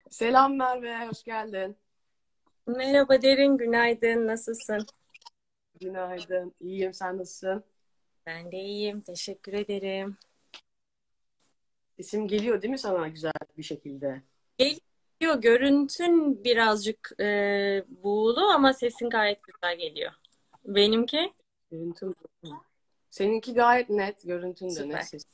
Selam Merve, hoş geldin. Merhaba Derin, günaydın. Nasılsın? Günaydın, iyiyim, sen nasılsın? Ben de iyiyim, teşekkür ederim. İsim geliyor değil mi sana güzel bir şekilde? Geliyor, görüntün birazcık buğulu ama sesin gayet güzel geliyor. Benimki? Görüntüm. Seninki gayet net, görüntün de net. Süper. Ses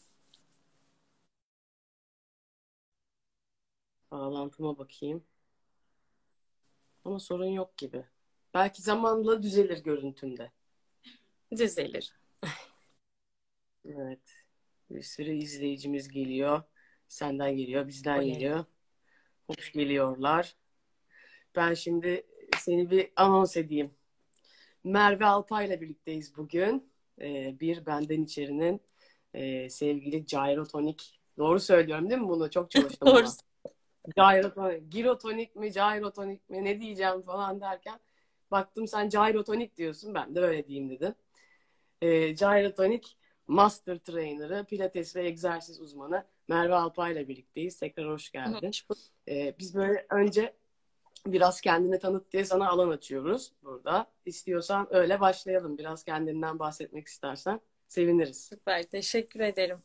bağlantıma bakayım. Ama sorun yok gibi. Belki zamanla düzelir görüntümde. Düzelir. Evet, bir sürü izleyicimiz geliyor. Senden geliyor, bizden Oley. geliyor. Hoş geliyorlar. Ben şimdi seni bir anons edeyim. Merve Alpay'la birlikteyiz bugün. Bir Benden İçeri'nin sevgili Gyrotonik. Doğru söylüyorum değil mi bunu? Çok çalıştım buna. Doğrusu. Gyrotonik, girotonik mi, gyrotonik mi ne diyeceğim falan derken baktım sen gyrotonik diyorsun. Ben de öyle diyeyim dedim. Gyrotonik Master Trainer'ı, Pilates ve egzersiz uzmanı Merve Alpay'la birlikteyiz. Tekrar hoş geldin. Hoş bulduk. Biz böyle önce biraz kendini tanıt diye sana alan açıyoruz burada. İstiyorsan öyle başlayalım. Biraz kendinden bahsetmek istersen seviniriz. Süper, teşekkür ederim.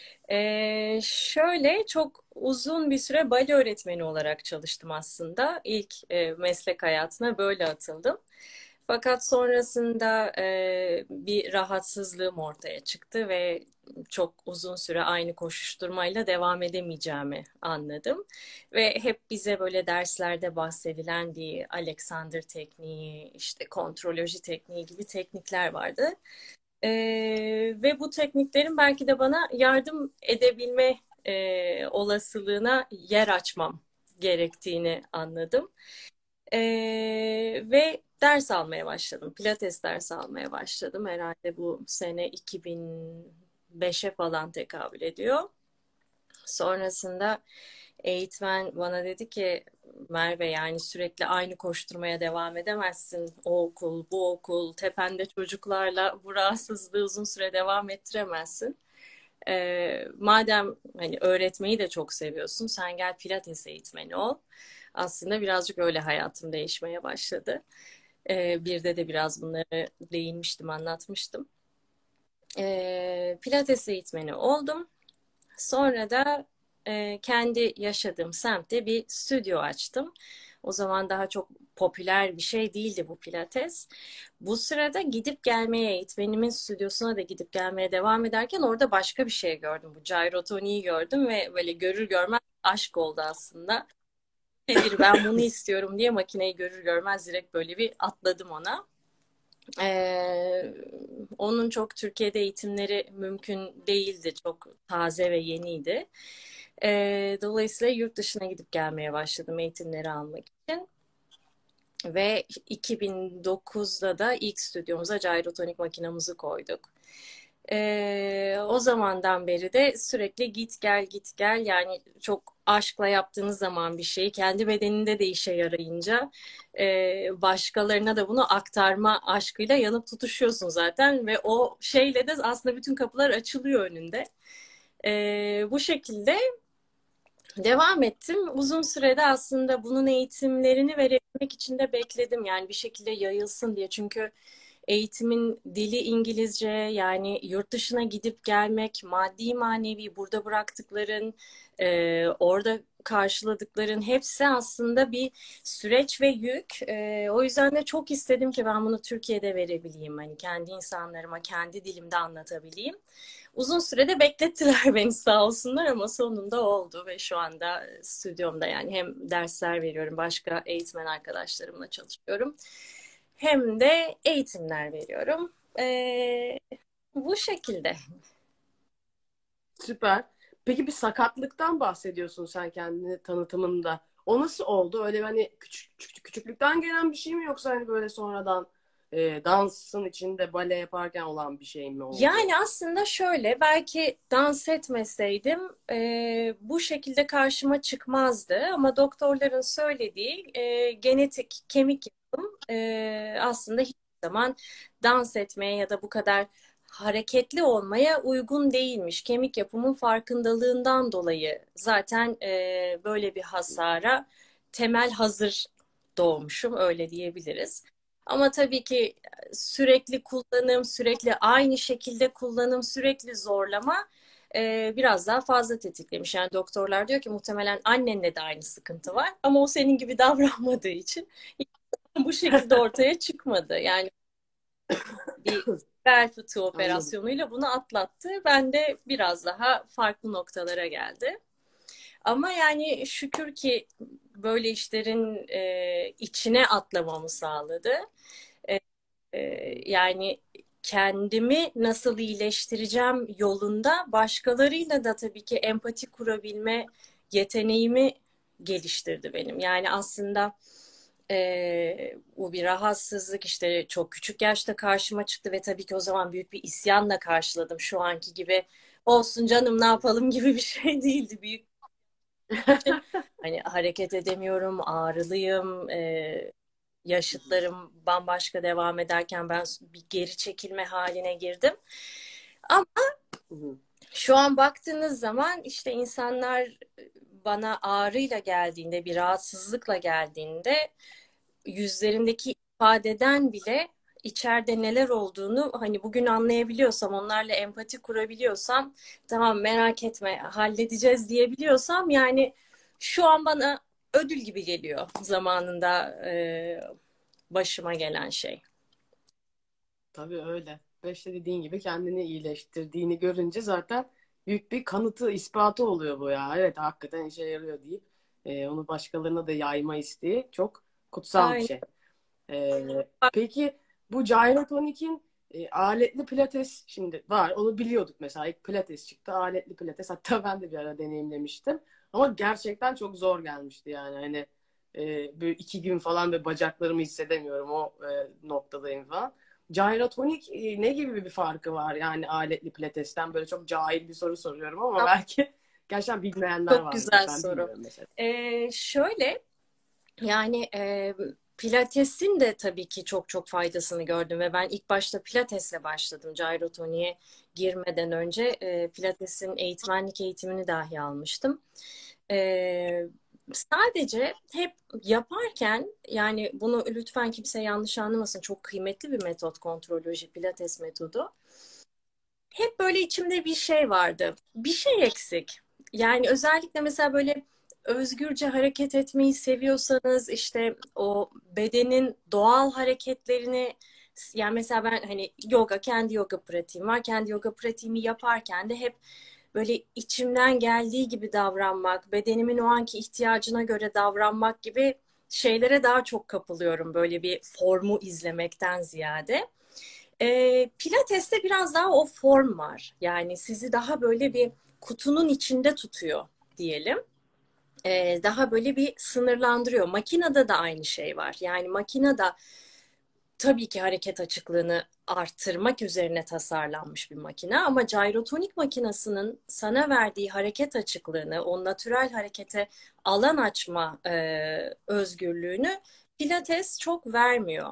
Şöyle çok uzun bir süre bale öğretmeni olarak çalıştım aslında. İlk meslek hayatına böyle atıldım. Fakat sonrasında bir rahatsızlığım ortaya çıktı ve çok uzun süre aynı koşuşturmayla devam edemeyeceğimi anladım. Ve hep bize böyle derslerde bahsedilen bir Alexander tekniği, işte kontroloji tekniği gibi teknikler vardı. Ve bu tekniklerin belki de bana yardım edebilme olasılığına yer açmam gerektiğini anladım. Ve ders almaya başladım. Pilates dersi almaya başladım. Herhalde bu sene 2005'e falan tekabül ediyor. Sonrasında eğitmen bana dedi ki Merve yani sürekli aynı koşturmaya devam edemezsin. O okul, bu okul, tepende çocuklarla bu rahatsızlığı uzun süre devam ettiremezsin. Madem hani öğretmeyi de çok seviyorsun, sen gel Pilates eğitmeni ol. Aslında birazcık öyle hayatım değişmeye başladı. Bir de biraz bunları değinmiştim, anlatmıştım. Pilates eğitmeni oldum. Sonra da kendi yaşadığım semtte bir stüdyo açtım. O zaman daha çok popüler bir şey değildi bu pilates. Bu sırada gidip gelmeye, eğitmenimin stüdyosuna da gidip gelmeye devam ederken orada başka bir şey gördüm. Bu gyrotoniği gördüm ve böyle görür görmez aşk oldu aslında. Nedir ben bunu istiyorum diye makineyi görür görmez direkt böyle bir atladım ona. Ee, Onun çok Türkiye'de eğitimleri mümkün değildi. Çok taze ve yeniydi. Dolayısıyla yurt dışına gidip gelmeye başladım eğitimleri almak için. Ve 2009'da da ilk stüdyomuza gyrotonik makinamızı koyduk. O zamandan beri de sürekli git gel git gel yani çok aşkla yaptığınız zaman bir şeyi kendi bedeninde de işe yarayınca başkalarına da bunu aktarma aşkıyla yanıp tutuşuyorsun zaten ve o şeyle de aslında bütün kapılar açılıyor önünde. Bu şekilde devam ettim. Uzun sürede aslında bunun eğitimlerini verebilmek için de bekledim. Yani bir şekilde yayılsın diye. Çünkü eğitimin dili İngilizce, yani yurt dışına gidip gelmek, maddi manevi burada bıraktıkların, orada karşıladıkların hepsi aslında bir süreç ve yük. O yüzden de çok istedim ki ben bunu Türkiye'de verebileyim. Hani kendi insanlarıma, kendi dilimde anlatabileyim. Uzun sürede beklettiler beni sağ olsunlar ama sonunda oldu ve şu anda stüdyomda yani hem dersler veriyorum, başka eğitmen arkadaşlarımla çalışıyorum. Hem de eğitimler veriyorum. Bu şekilde. Süper. Peki bir sakatlıktan bahsediyorsun sen kendini tanıtımında. O nasıl oldu? Öyle hani küçüklükten gelen bir şey mi yoksa hani böyle sonradan dansın içinde bale yaparken olan bir şey mi oldu? Yani aslında şöyle, belki dans etmeseydim bu şekilde karşıma çıkmazdı. Ama doktorların söylediği genetik kemik yapım aslında hiçbir zaman dans etmeye ya da bu kadar hareketli olmaya uygun değilmiş. Kemik yapımın farkındalığından dolayı zaten böyle bir hasara temel hazır doğmuşum, öyle diyebiliriz. Ama tabii ki sürekli kullanım, sürekli aynı şekilde kullanım, sürekli zorlama biraz daha fazla tetiklemiş. Yani doktorlar diyor ki muhtemelen annenle de aynı sıkıntı var ama o senin gibi davranmadığı için bu şekilde ortaya çıkmadı. Yani bir bel fıtığı Anladım. operasyonuyla bunu atlattı. Ben de biraz daha farklı noktalara geldi. Ama yani şükür ki böyle işlerin içine atlamamı sağladı. E, e, Yani kendimi nasıl iyileştireceğim yolunda başkalarıyla da tabii ki empati kurabilme yeteneğimi geliştirdi benim. Yani aslında bu bir rahatsızlık, işte çok küçük yaşta karşıma çıktı ve tabii ki o zaman büyük bir isyanla karşıladım. Şu anki gibi olsun canım ne yapalım gibi bir şey değildi. Büyük hani hareket edemiyorum, ağrılıyım, yaşıtlarım bambaşka devam ederken ben bir geri çekilme haline girdim. Ama şu an baktığınız zaman işte insanlar bana ağrıyla geldiğinde, bir rahatsızlıkla geldiğinde yüzlerindeki ifadeden bile içeride neler olduğunu hani bugün anlayabiliyorsam, onlarla empati kurabiliyorsam, tamam merak etme halledeceğiz diyebiliyorsam, yani şu an bana ödül gibi geliyor zamanında başıma gelen şey. Tabii öyle. Ve işte dediğin gibi kendini iyileştirdiğini görünce zaten büyük bir kanıtı, ispatı oluyor bu ya. Evet hakikaten işe yarıyor deyip onu başkalarına da yayma isteği çok kutsal bir Aynen. şey. Peki bu Gyrotonics'in aletli pilates şimdi var. Onu biliyorduk mesela. İlk pilates çıktı. Aletli pilates. Hatta ben de bir ara deneyimlemiştim. Ama gerçekten çok zor gelmişti yani. Hani böyle 2 gün falan böyle bacaklarımı hissedemiyorum. O noktadayım falan. Gyrotonic ne gibi bir farkı var yani aletli pilatesten? Böyle çok cahil bir soru soruyorum ama belki gerçekten bilmeyenler Çok vardır. güzel Ben soru. bilmiyorum mesela. Şöyle yani Pilates'in de tabii ki çok çok faydasını gördüm ve ben ilk başta Pilates'le başladım. Gyrotoni'ye girmeden önce Pilates'in eğitmenlik eğitimini dahi almıştım. E, Sadece hep yaparken, yani bunu lütfen kimse yanlış anlamasın, çok kıymetli bir metot kontrololoji, Pilates metodu. Hep böyle içimde bir şey vardı. Bir şey eksik. Yani özellikle mesela böyle özgürce hareket etmeyi seviyorsanız, işte o bedenin doğal hareketlerini, yani mesela ben hani yoga, kendi yoga pratiğim var. Kendi yoga pratiğimi yaparken de hep böyle içimden geldiği gibi davranmak, bedenimin o anki ihtiyacına göre davranmak gibi şeylere daha çok kapılıyorum, böyle bir formu izlemekten ziyade. Pilates'te biraz daha o form var. Yani sizi daha böyle bir kutunun içinde tutuyor diyelim. Daha böyle bir sınırlandırıyor. Makinede de aynı şey var. Yani makinede tabii ki hareket açıklığını arttırmak üzerine tasarlanmış bir makine, ama gyrotonik makinesinin sana verdiği hareket açıklığını, o natürel harekete alan açma özgürlüğünü Pilates çok vermiyor.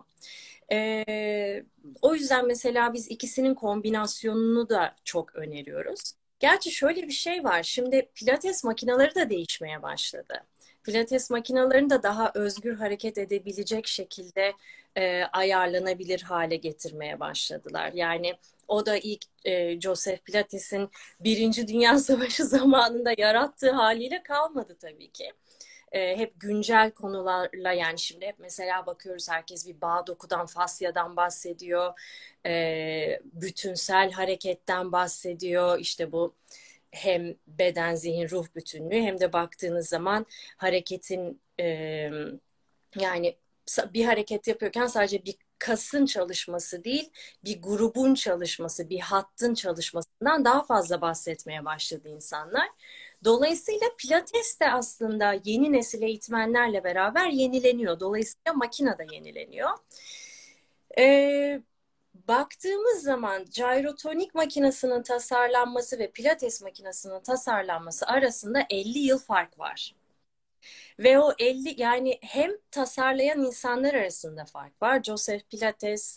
O yüzden mesela biz ikisinin kombinasyonunu da çok öneriyoruz. Gerçi şöyle bir şey var. Şimdi Pilates makineleri de değişmeye başladı. Pilates makinelerini de daha özgür hareket edebilecek şekilde ayarlanabilir hale getirmeye başladılar. Yani o da ilk Joseph Pilates'in Birinci Dünya Savaşı zamanında yarattığı haliyle kalmadı tabii ki. Hep güncel konularla, yani şimdi hep mesela bakıyoruz, herkes bir bağ dokudan, fasyadan bahsediyor. Bütünsel hareketten bahsediyor. İşte bu hem beden, zihin, ruh bütünlüğü, hem de baktığınız zaman hareketin yani bir hareket yapıyorken sadece bir kasın çalışması değil, bir grubun çalışması, bir hattın çalışmasından daha fazla bahsetmeye başladı insanlar. Dolayısıyla Pilates de aslında yeni nesil eğitmenlerle beraber yenileniyor. Dolayısıyla makine de yenileniyor. Ee, Baktığımız zaman gyrotonik makinesinin tasarlanması ve Pilates makinesinin tasarlanması arasında 50 yıl fark var. Ve o 50, yani hem tasarlayan insanlar arasında fark var. Joseph Pilates,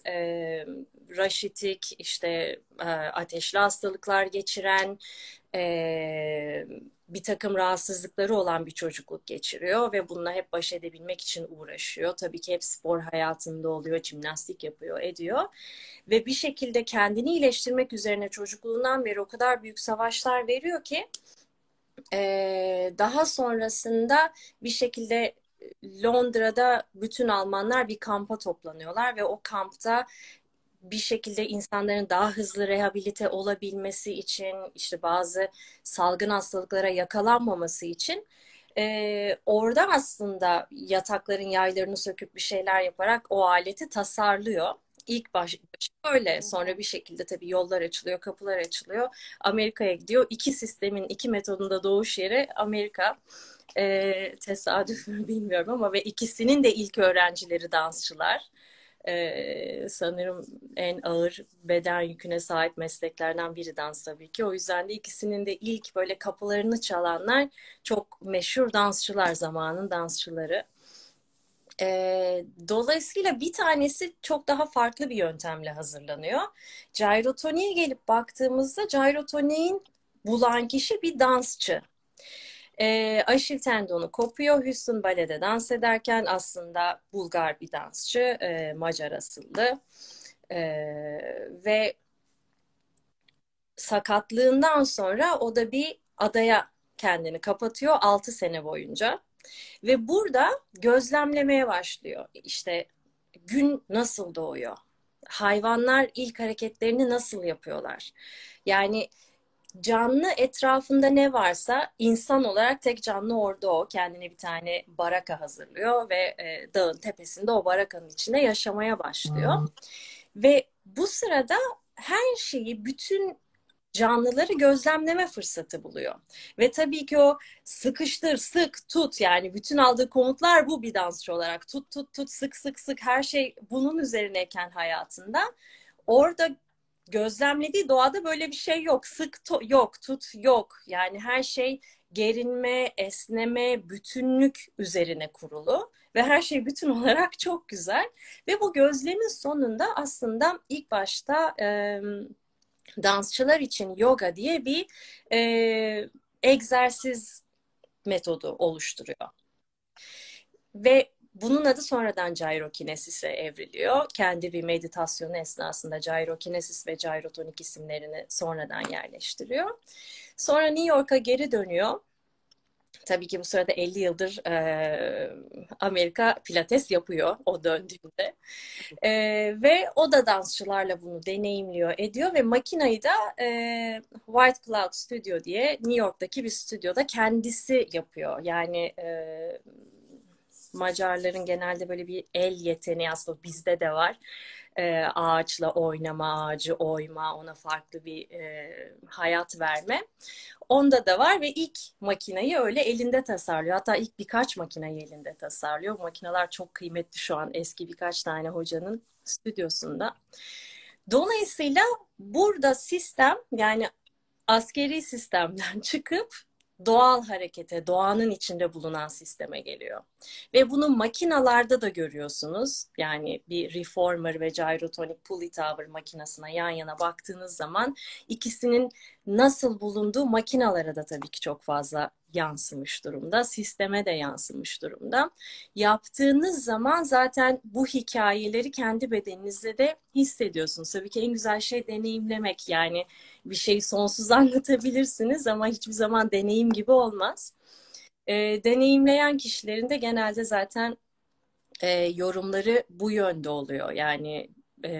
raşitik, işte ateşli hastalıklar geçiren, bir takım rahatsızlıkları olan bir çocukluk geçiriyor ve bununla hep baş edebilmek için uğraşıyor. Tabii ki hep spor hayatında oluyor, jimnastik yapıyor, ediyor. Ve bir şekilde kendini iyileştirmek üzerine çocukluğundan beri o kadar büyük savaşlar veriyor ki daha sonrasında bir şekilde Londra'da bütün Almanlar bir kampa toplanıyorlar ve o kampta bir şekilde insanların daha hızlı rehabilite olabilmesi için, işte bazı salgın hastalıklara yakalanmaması için orada aslında yatakların yaylarını söküp bir şeyler yaparak o aleti tasarlıyor. İlk başı öyle, sonra bir şekilde tabii yollar açılıyor, kapılar açılıyor. Amerika'ya gidiyor. İki sistemin, iki metodun da doğuş yeri Amerika. Tesadüf mü bilmiyorum ama ve ikisinin de ilk öğrencileri dansçılar. Sanırım en ağır beden yüküne sahip mesleklerden biri dans tabii ki. O yüzden de ikisinin de ilk böyle kapılarını çalanlar çok meşhur dansçılar, zamanın dansçıları. Dolayısıyla bir tanesi çok daha farklı bir yöntemle hazırlanıyor. Gyrotoniğe gelip baktığımızda gyrotoniğin bulan kişi bir dansçı. Aşil tendonu kopuyor. Houston Ballet'de dans ederken aslında Bulgar bir dansçı, Macar asıllı. Ve sakatlığından sonra o da bir adaya kendini kapatıyor 6 sene boyunca. Ve burada gözlemlemeye başlıyor. İşte gün nasıl doğuyor? Hayvanlar ilk hareketlerini nasıl yapıyorlar? Yani canlı etrafında ne varsa insan olarak tek canlı orada o. Kendine bir tane baraka hazırlıyor ve dağın tepesinde o barakanın içinde yaşamaya başlıyor. Ve bu sırada her şeyi, bütün canlıları gözlemleme fırsatı buluyor. Ve tabii ki o sıkıştır, sık, tut, yani bütün aldığı komutlar bu bir dansçı olarak. Tut, tut, tut, sık, sık, sık, her şey bunun üzerineyken hayatında. Orada gözlemlediği doğada böyle bir şey yok. Sık yok, tut yok. Yani her şey gerinme, esneme, bütünlük üzerine kurulu. Ve her şey bütün olarak çok güzel. Ve bu gözlemin sonunda aslında ilk başta dansçılar için yoga diye bir egzersiz metodu oluşturuyor. Ve bunun adı sonradan gyrokinesis'e evriliyor. Kendi bir meditasyonu esnasında gyrokinesis ve gyrotonik isimlerini sonradan yerleştiriyor. Sonra New York'a geri dönüyor. Tabii ki bu sırada 50 yıldır Amerika pilates yapıyor o döndüğünde. Ve o da dansçılarla bunu deneyimliyor, ediyor ve makinayı da White Cloud Studio diye New York'taki bir stüdyoda kendisi yapıyor. Yani Macarların genelde böyle bir el yeteneği aslında bizde de var. Ağaçla oynama, ağacı oyma, ona farklı bir hayat verme. Onda da var ve ilk makinayı öyle elinde tasarlıyor. Hatta ilk birkaç makinayı elinde tasarlıyor. Bu makineler çok kıymetli şu an eski birkaç tane hocanın stüdyosunda. Dolayısıyla burada sistem, yani askeri sistemden çıkıp doğal harekete, doğanın içinde bulunan sisteme geliyor. Ve bunu makinalarda da görüyorsunuz. Yani bir reformer ve gyrotonic pulley tower makinesine yan yana baktığınız zaman ikisinin nasıl bulunduğu makinalara da tabii ki çok fazla yansımış durumda. Sisteme de yansımış durumda. Yaptığınız zaman zaten bu hikayeleri kendi bedeninizde de hissediyorsunuz. Tabii ki en güzel şey deneyimlemek. Yani bir şeyi sonsuz anlatabilirsiniz ama hiçbir zaman deneyim gibi olmaz. Deneyimleyen kişilerin de genelde zaten yorumları bu yönde oluyor. Yani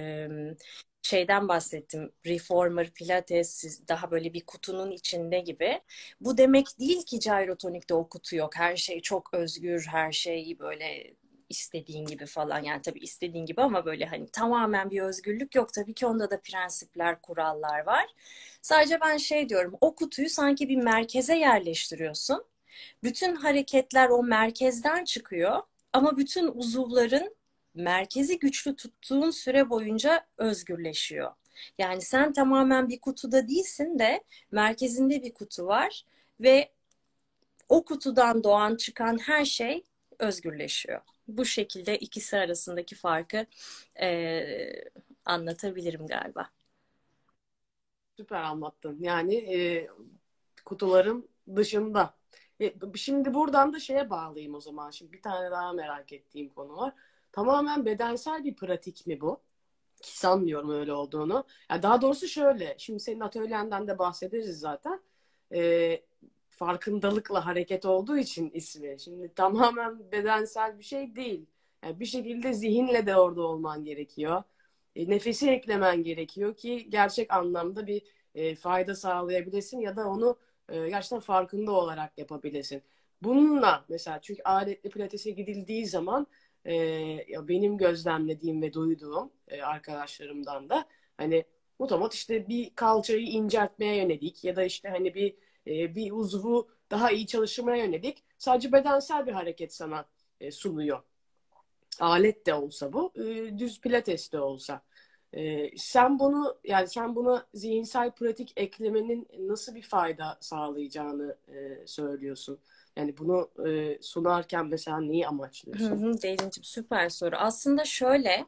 şeyden bahsettim. Reformer, Pilates daha böyle bir kutunun içinde gibi. Bu demek değil ki gyrotonikte o kutu yok. Her şey çok özgür, her şey böyle istediğin gibi falan. Yani tabii istediğin gibi ama böyle hani tamamen bir özgürlük yok. Tabii ki onda da prensipler, kurallar var. Sadece ben şey diyorum, o kutuyu sanki bir merkeze yerleştiriyorsun. Bütün hareketler o merkezden çıkıyor ama bütün uzuvların merkezi güçlü tuttuğun süre boyunca özgürleşiyor. Yani sen tamamen bir kutuda değilsin de merkezinde bir kutu var ve o kutudan doğan çıkan her şey özgürleşiyor. Bu şekilde ikisi arasındaki farkı anlatabilirim galiba. Süper anlattın. Yani kutuların dışında. Şimdi buradan da şeye bağlayayım o zaman. Şimdi bir tane daha merak ettiğim konu var. Tamamen bedensel bir pratik mi bu? Ki sanmıyorum öyle olduğunu. Ya daha doğrusu şöyle. Şimdi senin atölyenden de bahsederiz zaten. Ee, Farkındalıkla hareket olduğu için ismi. Şimdi tamamen bedensel bir şey değil. Yani bir şekilde zihinle de orada olman gerekiyor. Nefesi eklemen gerekiyor ki gerçek anlamda bir fayda sağlayabilesin ya da onu gerçekten farkında olarak yapabilesin. Bununla mesela çünkü aletli pilatese gidildiği zaman ya benim gözlemlediğim ve duyduğum arkadaşlarımdan da hani otomat işte bir kalçayı inceltmeye yönelik ya da işte hani bir uzvu daha iyi çalıştırmaya yönelik sadece bedensel bir hareket sana sunuyor. Alet de olsa bu, düz pilates de olsa. Sen buna zihinsel pratik eklemenin nasıl bir fayda sağlayacağını söylüyorsun. Yani bunu sunarken mesela neyi amaçlıyorsun? Derincim, süper soru. Aslında şöyle,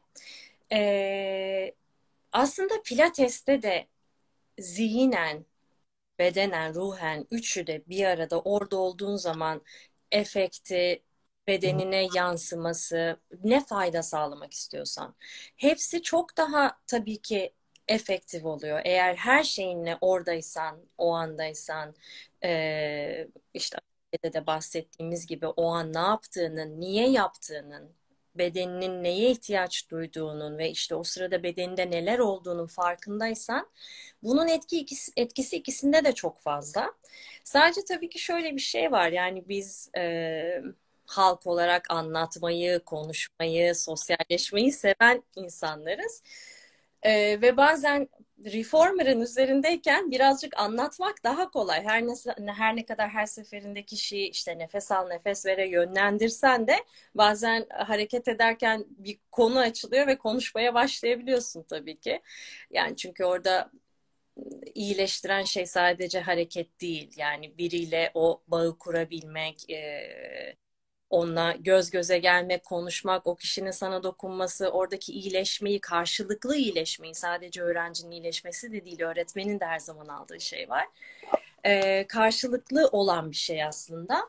aslında Pilates'te de zihinen, bedenen, ruhen üçü de bir arada orada olduğun zaman efekti, bedenine yansıması, ne fayda sağlamak istiyorsan. Hepsi çok daha tabii ki efektif oluyor. Eğer her şeyinle oradaysan, o andaysan, işte de bahsettiğimiz gibi o an ne yaptığının, niye yaptığının, bedeninin neye ihtiyaç duyduğunun ve işte o sırada bedeninde neler olduğunun farkındaysan bunun etkisi ikisinde de çok fazla. Sadece tabii ki şöyle bir şey var. Yani biz halk olarak anlatmayı, konuşmayı, sosyalleşmeyi seven insanlarız. Ve bazen Reformer'ın üzerindeyken birazcık anlatmak daha kolay. Her ne kadar her seferinde kişiyi işte nefes al nefes vere yönlendirsen de bazen hareket ederken bir konu açılıyor ve konuşmaya başlayabiliyorsun tabii ki. Yani çünkü orada iyileştiren şey sadece hareket değil. Yani biriyle o bağı kurabilmek, onunla göz göze gelmek, konuşmak, o kişinin sana dokunması, oradaki iyileşmeyi, karşılıklı iyileşmeyi, sadece öğrencinin iyileşmesi de değil, öğretmenin de her zaman aldığı şey var. Karşılıklı olan bir şey aslında.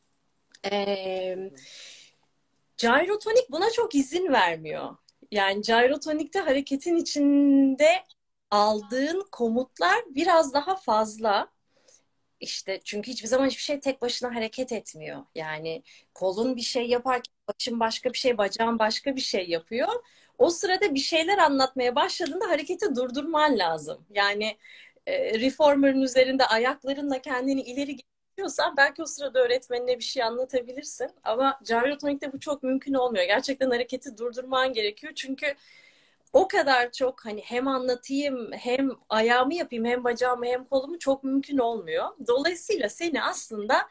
Gyrotonik buna çok izin vermiyor. Yani gyrotonikte hareketin içinde aldığın komutlar biraz daha fazla. İşte çünkü hiçbir zaman hiçbir şey tek başına hareket etmiyor. Yani kolun bir şey yaparken başın başka bir şey, bacağın başka bir şey yapıyor. O sırada bir şeyler anlatmaya başladığında hareketi durdurman lazım. Yani reformer'ın üzerinde ayaklarınla kendini ileri getiriyorsan belki o sırada öğretmenine bir şey anlatabilirsin. Ama gyrotonikte bu çok mümkün olmuyor. Gerçekten hareketi durdurman gerekiyor. Çünkü o kadar çok hani hem anlatayım hem ayağımı yapayım hem bacağımı hem kolumu çok mümkün olmuyor. Dolayısıyla seni aslında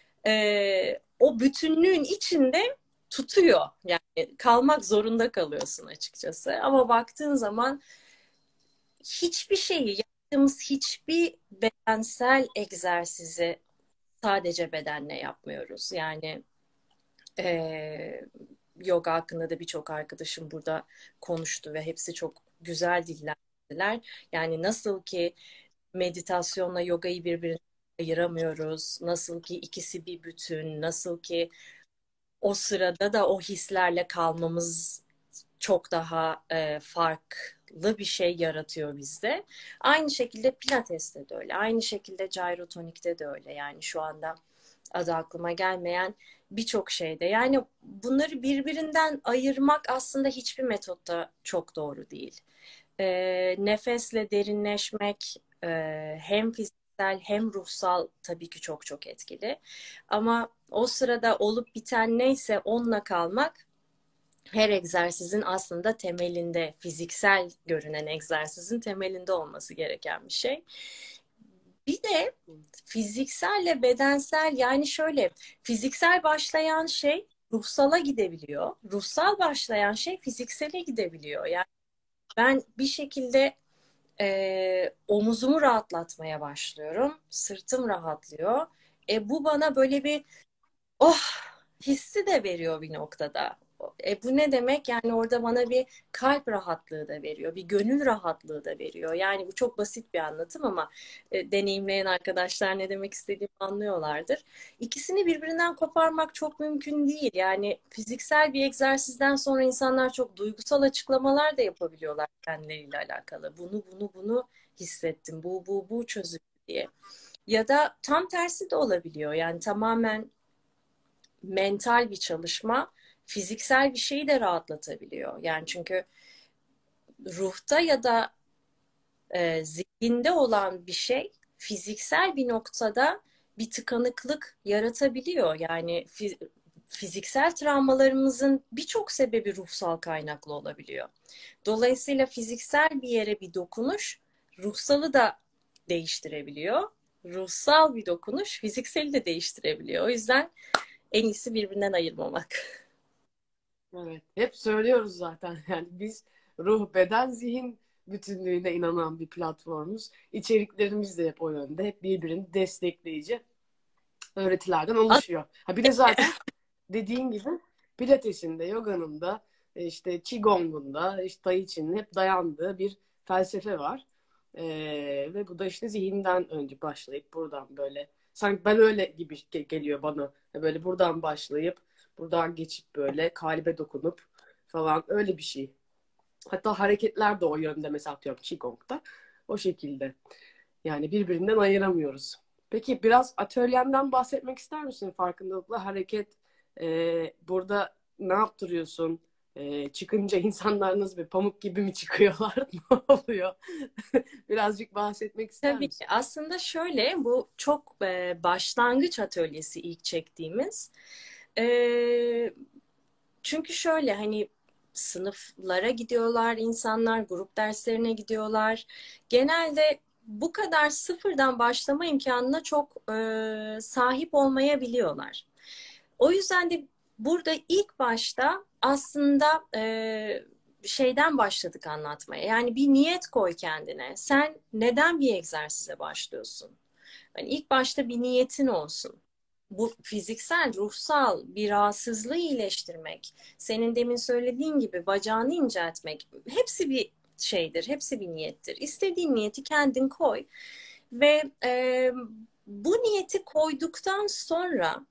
o bütünlüğün içinde tutuyor. Yani kalmak zorunda kalıyorsun açıkçası. Ama baktığın zaman hiçbir şeyi yaptığımız hiçbir bedensel egzersizi sadece bedenle yapmıyoruz. Yani ee, yoga hakkında da birçok arkadaşım burada konuştu ve hepsi çok güzel dillendirdiler. Yani nasıl ki meditasyonla yogayı birbirine ayıramıyoruz, nasıl ki ikisi bir bütün, nasıl ki o sırada da o hislerle kalmamız çok daha farklı bir şey yaratıyor bizde. Aynı şekilde Pilates'te de öyle, aynı şekilde Gyrotonik'te de öyle. Yani şu anda adı aklıma gelmeyen birçok şeyde. Yani bunları birbirinden ayırmak aslında hiçbir metotta çok doğru değil. Nefesle derinleşmek hem fiziksel hem ruhsal tabii ki çok çok etkili. Ama o sırada olup biten neyse onunla kalmak her egzersizin aslında temelinde, fiziksel görünen egzersizin temelinde olması gereken bir şey. Bir de fizikselle bedensel, yani şöyle, fiziksel başlayan şey ruhsala gidebiliyor. Ruhsal başlayan şey fiziksele gidebiliyor. Yani ben bir şekilde omuzumu rahatlatmaya başlıyorum. Sırtım rahatlıyor. Bu bana böyle bir oh hissi de veriyor bir noktada. Bu ne demek? Yani orada bana bir kalp rahatlığı da veriyor, bir gönül rahatlığı da veriyor. Yani bu çok basit bir anlatım ama deneyimleyen arkadaşlar ne demek istediğimi anlıyorlardır. İkisini birbirinden koparmak çok mümkün değil. Yani fiziksel bir egzersizden sonra insanlar çok duygusal açıklamalar da yapabiliyorlar kendileriyle alakalı. Bunu hissettim, bu çözüm diye. Ya da tam tersi de olabiliyor. Yani tamamen mental bir çalışma fiziksel bir şeyi de rahatlatabiliyor. Yani çünkü ruhta ya da zihinde olan bir şey fiziksel bir noktada bir tıkanıklık yaratabiliyor. Yani fiziksel travmalarımızın birçok sebebi ruhsal kaynaklı olabiliyor. Dolayısıyla fiziksel bir yere bir dokunuş ruhsalı da değiştirebiliyor. Ruhsal bir dokunuş fizikseli de değiştirebiliyor. O yüzden en iyisi birbirinden ayırmamak. Evet. Hep söylüyoruz zaten. Yani biz ruh, beden, zihin bütünlüğüne inanan bir platformuz. İçeriklerimiz de hep o yönde. Hep birbirini destekleyici öğretilerden oluşuyor. Ha bir de zaten dediğin gibi Pilates'in de, yoganın da, işte Qigong'un da, işte Tai Chi'nin hep dayandığı bir felsefe var. Ve bu da işte zihinden önce başlayıp buradan böyle sanki ben öyle gibi geliyor bana. Böyle buradan başlayıp buradan geçip böyle kalbe dokunup falan öyle bir şey. Hatta hareketler de o yönde mesela atıyorum Qigong'da. O şekilde. Yani birbirinden ayıramıyoruz. Peki biraz atölyenden bahsetmek ister misin? Farkındalıkla hareket. Burada ne yaptırıyorsun? Çıkınca insanlar nasıl bir pamuk gibi mi çıkıyorlar? Ne oluyor? Birazcık bahsetmek ister Tabii misin? ki. Aslında şöyle, bu çok başlangıç atölyesi ilk çektiğimiz. E, Çünkü şöyle hani sınıflara gidiyorlar insanlar, grup derslerine gidiyorlar. Genelde bu kadar sıfırdan başlama imkanına çok sahip olmayabiliyorlar. O yüzden de burada ilk başta aslında şeyden başladık anlatmaya. Yani bir niyet koy kendine. Sen neden bir egzersize başlıyorsun? Hani ilk başta bir niyetin olsun. Bu fiziksel, ruhsal bir rahatsızlığı iyileştirmek, senin demin söylediğin gibi bacağını inceltmek, hepsi bir şeydir, hepsi bir niyettir. İstediğin niyeti kendin koy ve bu niyeti koyduktan sonra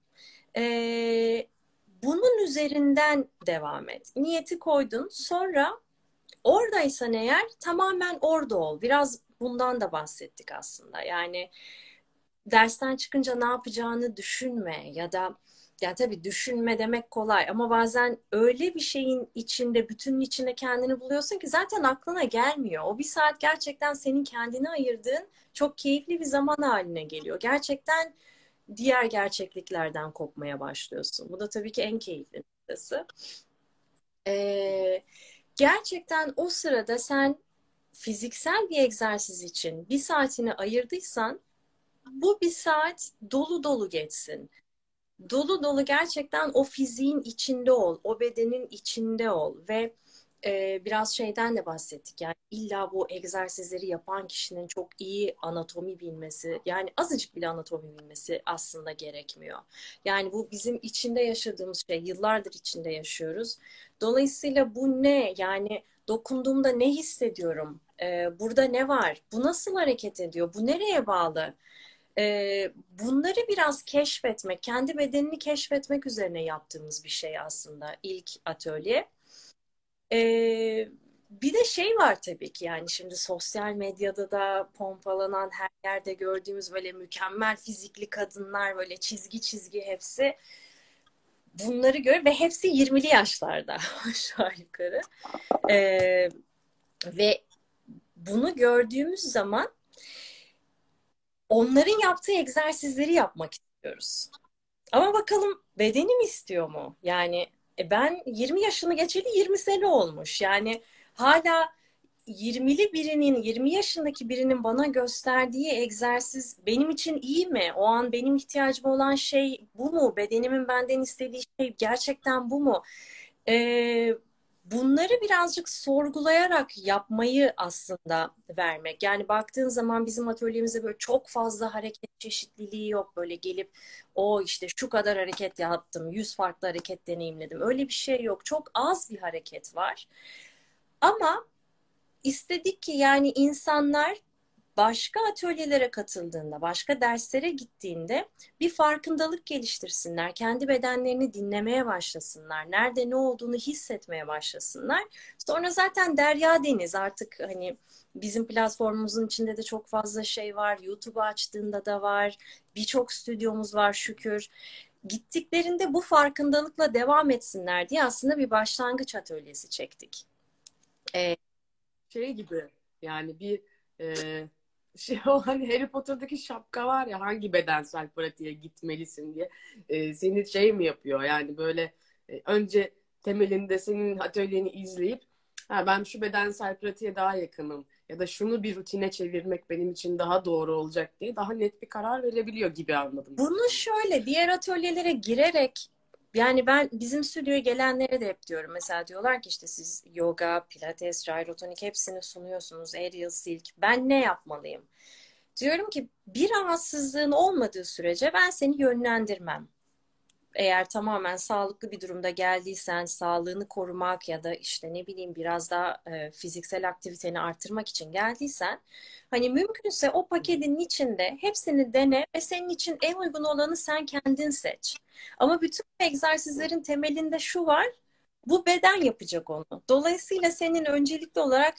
e, bunun üzerinden devam et. Niyeti koydun, sonra oradaysan eğer tamamen orada ol. Biraz bundan da bahsettik aslında. Yani dersten çıkınca ne yapacağını düşünme ya da ya tabii düşünme demek kolay ama bazen öyle bir şeyin içinde, bütünün içinde kendini buluyorsun ki zaten aklına gelmiyor. O bir saat gerçekten senin kendine ayırdığın çok keyifli bir zaman haline geliyor. Gerçekten diğer gerçekliklerden kopmaya başlıyorsun. Bu da tabii ki en keyifli noktası. Ee, Gerçekten o sırada sen fiziksel bir egzersiz için bir saatini ayırdıysan bu bir saat dolu dolu geçsin. Dolu dolu gerçekten o fiziğin içinde ol, o bedenin içinde ol ve biraz şeyden de bahsettik. Yani illa bu egzersizleri yapan kişinin çok iyi anatomi bilmesi, yani azıcık bile anatomi bilmesi aslında gerekmiyor. Yani bu bizim içinde yaşadığımız şey, yıllardır içinde yaşıyoruz. Dolayısıyla bu ne? Yani dokunduğumda ne hissediyorum? Burada ne var? Bu nasıl hareket ediyor? Bu nereye bağlı? Bunları biraz keşfetmek, kendi bedenini keşfetmek üzerine yaptığımız bir şey aslında ilk atölye. Ee, Bir de şey var tabii ki yani şimdi sosyal medyada da pompalanan her yerde gördüğümüz böyle mükemmel fizikli kadınlar böyle çizgi çizgi hepsi bunları gör ve hepsi 20'li yaşlarda aşağı yukarı. Ee, Ve bunu gördüğümüz zaman onların yaptığı egzersizleri yapmak istiyoruz. Ama bakalım bedenim istiyor mu? Yani ben 20 yaşını geçeli 20 sene olmuş. Yani hala 20'li birinin, 20 yaşındaki birinin bana gösterdiği egzersiz benim için iyi mi? O an benim ihtiyacım olan şey bu mu? Bedenimin benden istediği şey gerçekten bu mu? Ee, bunları birazcık sorgulayarak yapmayı aslında vermek. Yani baktığın zaman bizim atölyemizde böyle çok fazla hareket çeşitliliği yok. Böyle gelip o işte şu kadar hareket yaptım, 100 farklı hareket deneyimledim. Öyle bir şey yok. Çok az bir hareket var. Ama istedik ki yani insanlar başka atölyelere katıldığında, başka derslere gittiğinde bir farkındalık geliştirsinler. Kendi bedenlerini dinlemeye başlasınlar. Nerede ne olduğunu hissetmeye başlasınlar. Sonra zaten derya deniz artık hani bizim platformumuzun içinde de çok fazla şey var. YouTube'u açtığında da var. Birçok stüdyomuz var şükür. Gittiklerinde bu farkındalıkla devam etsinler diye aslında bir başlangıç atölyesi çektik. Ee, Şey gibi yani bir şey o hani Harry Potter'daki şapka var ya hangi bedensel pratiğe gitmelisin diye seni şey mi yapıyor yani böyle önce temelinde senin atölyeni izleyip ha, ben şu bedensel pratiğe daha yakınım ya da şunu bir rutine çevirmek benim için daha doğru olacak diye daha net bir karar verebiliyor gibi anladım ben Bunu seni. şöyle diğer atölyelere girerek yani ben bizim stüdyoya gelenlere de hep diyorum. Mesela diyorlar ki işte siz yoga, pilates, gyrotonik hepsini sunuyorsunuz. Aerial silk. Ben ne yapmalıyım? Diyorum ki bir rahatsızlığın olmadığı sürece ben seni yönlendirmem. Eğer tamamen sağlıklı bir durumda geldiysen, sağlığını korumak ya da işte ne bileyim biraz daha fiziksel aktiviteni arttırmak için geldiysen, hani mümkünse o paketin içinde hepsini dene ve senin için en uygun olanı sen kendin seç. Ama bütün egzersizlerin temelinde şu var, bu beden yapacak onu. Dolayısıyla senin öncelikli olarak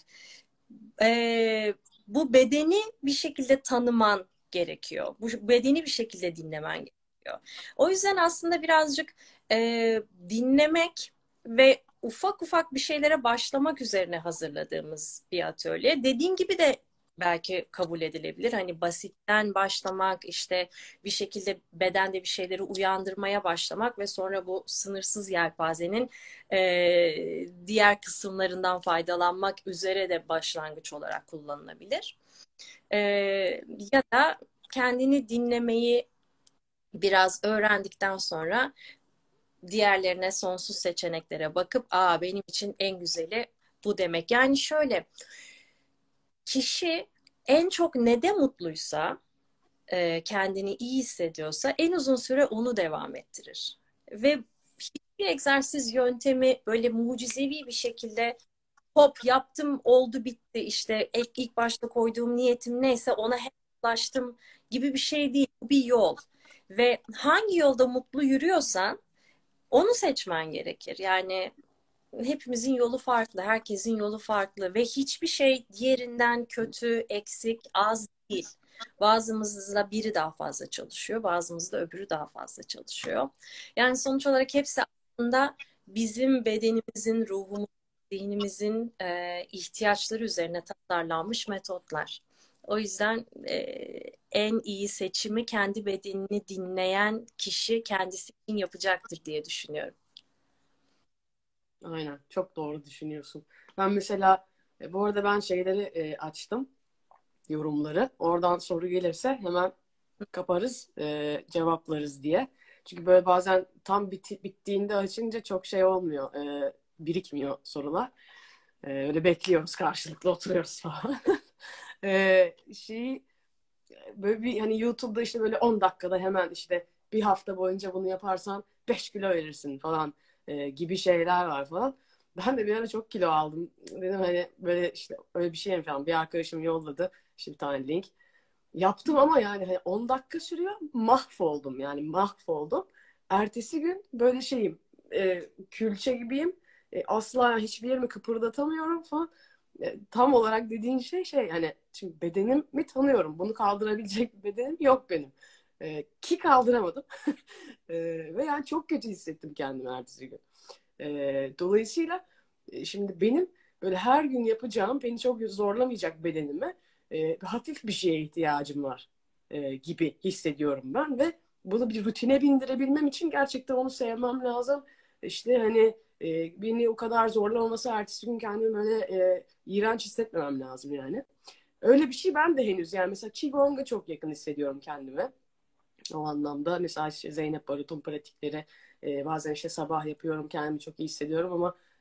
bu bedeni bir şekilde tanıman gerekiyor. Bu bedeni bir şekilde dinlemen gerekiyor. O yüzden aslında birazcık dinlemek ve ufak ufak bir şeylere başlamak üzerine hazırladığımız bir atölye. Dediğin gibi de belki kabul edilebilir. Hani basitten başlamak, işte bir şekilde bedende bir şeyleri uyandırmaya başlamak ve sonra bu sınırsız yelpazenin diğer kısımlarından faydalanmak üzere de başlangıç olarak kullanılabilir. E, Ya da kendini dinlemeyi biraz öğrendikten sonra diğerlerine sonsuz seçeneklere bakıp benim için en güzeli bu demek. Yani şöyle kişi en çok nede mutluysa kendini iyi hissediyorsa en uzun süre onu devam ettirir. Ve hiçbir egzersiz yöntemi böyle mucizevi bir şekilde hop yaptım oldu bitti işte ilk başta koyduğum niyetim neyse ona hep ulaştım gibi bir şey değil. Bu bir yol. Ve hangi yolda mutlu yürüyorsan onu seçmen gerekir. Yani hepimizin yolu farklı, herkesin yolu farklı ve hiçbir şey diğerinden kötü, eksik, az değil. Bazımızda biri daha fazla çalışıyor, bazımızda öbürü daha fazla çalışıyor. Yani sonuç olarak hepsi aslında bizim bedenimizin, ruhumuzun, zihnimizin ihtiyaçları üzerine tasarlanmış metotlar. O yüzden en iyi seçimi kendi bedenini dinleyen kişi kendisi için yapacaktır diye düşünüyorum. Aynen. Çok doğru düşünüyorsun. Ben mesela bu arada ben şeyleri açtım. Yorumları. Oradan soru gelirse hemen kaparız, cevaplarız diye. Çünkü böyle bazen tam bittiğinde açınca çok şey olmuyor. Birikmiyor sorular. Öyle bekliyoruz karşılıklı oturuyoruz falan. Şeyi böyle bir hani YouTube'da işte böyle 10 dakikada hemen işte bir hafta boyunca bunu yaparsan 5 kilo verirsin falan gibi şeyler var falan. Ben de bir ara çok kilo aldım. Dedim hani böyle işte öyle bir şey mi falan. Bir arkadaşım yolladı işte bir tane link. Yaptım ama yani hani 10 dakika sürüyor. Mahvoldum yani mahvoldum. Ertesi gün böyle şeyim külçe gibiyim. Asla hiçbir yerimi kıpırdatamıyorum falan. Tam olarak dediğin şey hani şimdi bedenimi tanıyorum. Bunu kaldırabilecek bir bedenim yok benim. Ki kaldıramadım. Ve yani çok kötü hissettim kendimi ertesi gün. Dolayısıyla şimdi benim böyle her gün yapacağım beni çok zorlamayacak bedenime hafif bir şeye ihtiyacım var gibi hissediyorum ben ve bunu bir rutine bindirebilmem için gerçekten onu sevmem lazım. İşte hani beni o kadar zorlamaması ertesi gün kendimi böyle iğrenç hissetmemem lazım yani. Öyle bir şey ben de henüz yani mesela Qigong'a çok yakın hissediyorum kendime. O anlamda mesela işte Zeynep Barut'un pratikleri bazen işte sabah yapıyorum kendimi çok iyi hissediyorum ama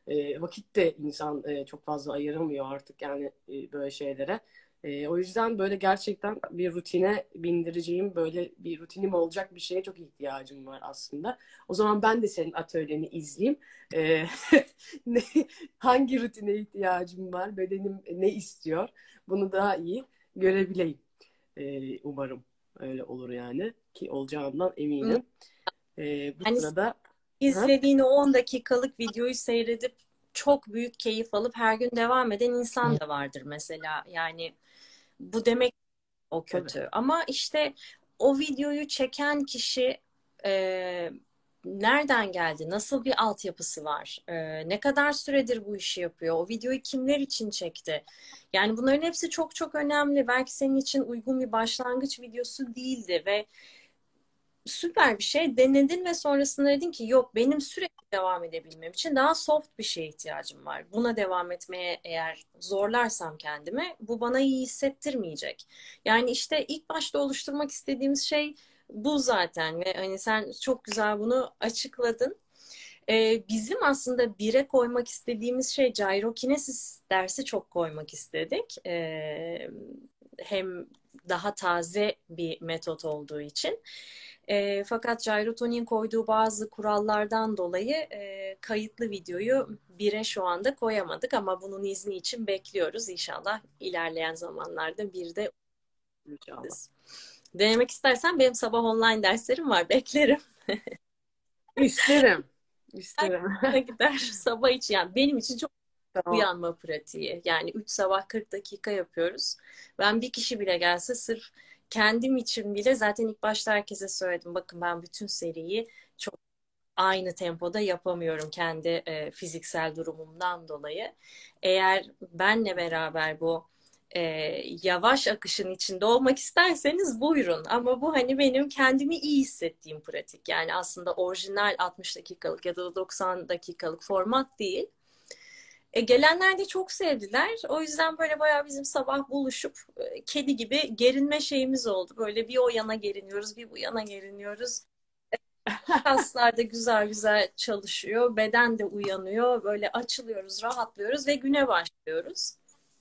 Vakit de insan çok fazla ayıramıyor artık yani böyle şeylere. O yüzden böyle gerçekten bir rutine bindireceğim, böyle bir rutinim olacak bir şeye çok ihtiyacım var aslında. O zaman ben de senin atölyeni izleyeyim. E, hangi rutine ihtiyacım var, bedenim ne istiyor, bunu daha iyi görebileyim. Umarım öyle olur yani, ki olacağından eminim. Bu Yani sırada ha? izlediğin o 10 dakikalık videoyu seyredip çok büyük keyif alıp her gün devam eden insan da vardır mesela. Yani bu demek o Tabii. kötü. Ama işte o videoyu çeken kişi nereden geldi? Nasıl bir altyapısı var? Ne kadar süredir bu işi yapıyor? O videoyu kimler için çekti? Yani bunların hepsi çok çok önemli. Belki senin için uygun bir başlangıç videosu değildi ve süper bir şey denedin ve sonrasında dedin ki yok, benim sürekli devam edebilmem için daha soft bir şeye ihtiyacım var. Buna devam etmeye eğer zorlarsam kendimi, bu bana iyi hissettirmeyecek. Yani işte ilk başta oluşturmak istediğimiz şey bu zaten ve hani sen çok güzel bunu açıkladın. Bizim aslında bire koymak istediğimiz şey gyrokinesis dersi çok koymak istedik. Hem daha taze bir metot olduğu için. Fakat Gyrotoni'nin koyduğu bazı kurallardan dolayı kayıtlı videoyu bire şu anda koyamadık ama bunun izni için bekliyoruz. İnşallah ilerleyen zamanlarda bir de İnşallah. denemek istersen benim sabah online derslerim var, beklerim. İsterim. İsterim. Gider sabah için, yani benim için çok Tamam. uyanma pratiği. Yani 3 sabah 40 dakika yapıyoruz. Ben bir kişi bile gelse sırf kendim için bile, zaten ilk başta herkese söyledim. Bakın ben bütün seriyi çok aynı tempoda yapamıyorum kendi fiziksel durumumdan dolayı. Eğer benle beraber bu e, yavaş akışın içinde olmak isterseniz buyurun. Ama bu hani benim kendimi iyi hissettiğim pratik. Yani aslında orijinal 60 dakikalık ya da 90 dakikalık format değil. Gelenler de çok sevdiler. O yüzden böyle bayağı bizim sabah buluşup kedi gibi gerinme şeyimiz oldu. Böyle bir o yana geriniyoruz, bir bu yana geriniyoruz. Kaslar da güzel güzel çalışıyor. Beden de uyanıyor. Böyle açılıyoruz, rahatlıyoruz ve güne başlıyoruz.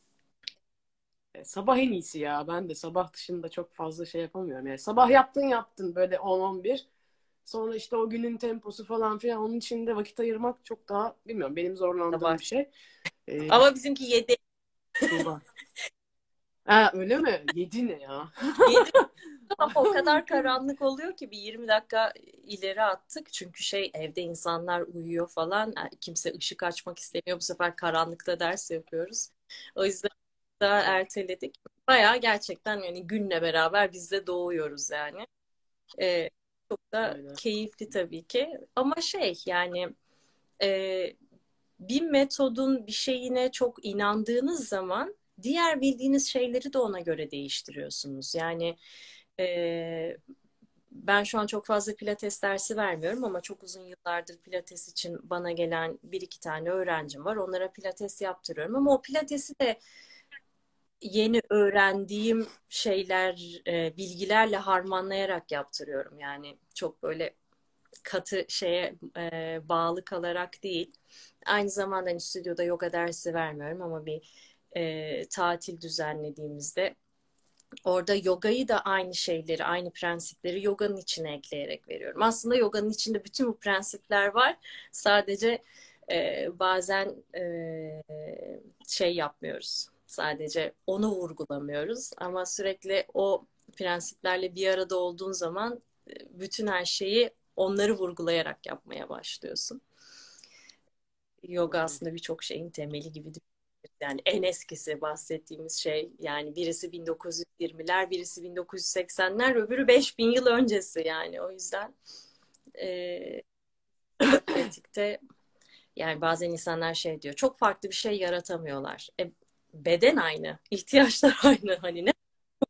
Sabah en iyisi ya. Ben de sabah dışında çok fazla şey yapamıyorum. Yani sabah yaptın böyle 10-11. Sonra işte o günün temposu falan filan. Onun içinde vakit ayırmak çok daha, bilmiyorum, benim zorlandığım Sabah. bir şey. Ee, Ama bizimki 7. Tuğba. Ha, öyle mi? 7 ne ya? 7 ama o kadar karanlık oluyor ki bir 20 dakika ileri attık. Çünkü evde insanlar uyuyor falan. Yani kimse ışık açmak istemiyor. Bu sefer karanlıkta ders yapıyoruz. O yüzden daha erteledik. Bayağı gerçekten yani günle beraber biz de doğuyoruz yani. Ee, Çok da Aynen. keyifli tabii ki. Ama yani e, bir metodun bir şeyine çok inandığınız zaman diğer bildiğiniz şeyleri de ona göre değiştiriyorsunuz. Yani e, ben şu an çok fazla pilates dersi vermiyorum ama çok uzun yıllardır pilates için bana gelen bir iki tane öğrencim var. Onlara pilates yaptırıyorum ama o pilatesi de yeni öğrendiğim şeyler, bilgilerle harmanlayarak yaptırıyorum. Yani çok böyle katı bağlı kalarak değil. Aynı zamanda hani stüdyoda yoga dersi vermiyorum ama bir tatil düzenlediğimizde orada yogayı da aynı şeyleri, aynı prensipleri yoganın içine ekleyerek veriyorum. Aslında yoganın içinde bütün bu prensipler var. Sadece bazen yapmıyoruz. Sadece onu vurgulamıyoruz. Ama sürekli o prensiplerle bir arada olduğun zaman bütün her şeyi onları vurgulayarak yapmaya başlıyorsun. Yoga aslında birçok şeyin temeli gibi düşünüyorum. Yani en eskisi bahsettiğimiz şey, yani birisi 1920'ler, birisi 1980'ler, öbürü 5000 yıl öncesi yani. O yüzden pratikte yani bazen insanlar diyor, çok farklı bir şey yaratamıyorlar. Beden aynı, ihtiyaçlar aynı, hani ne?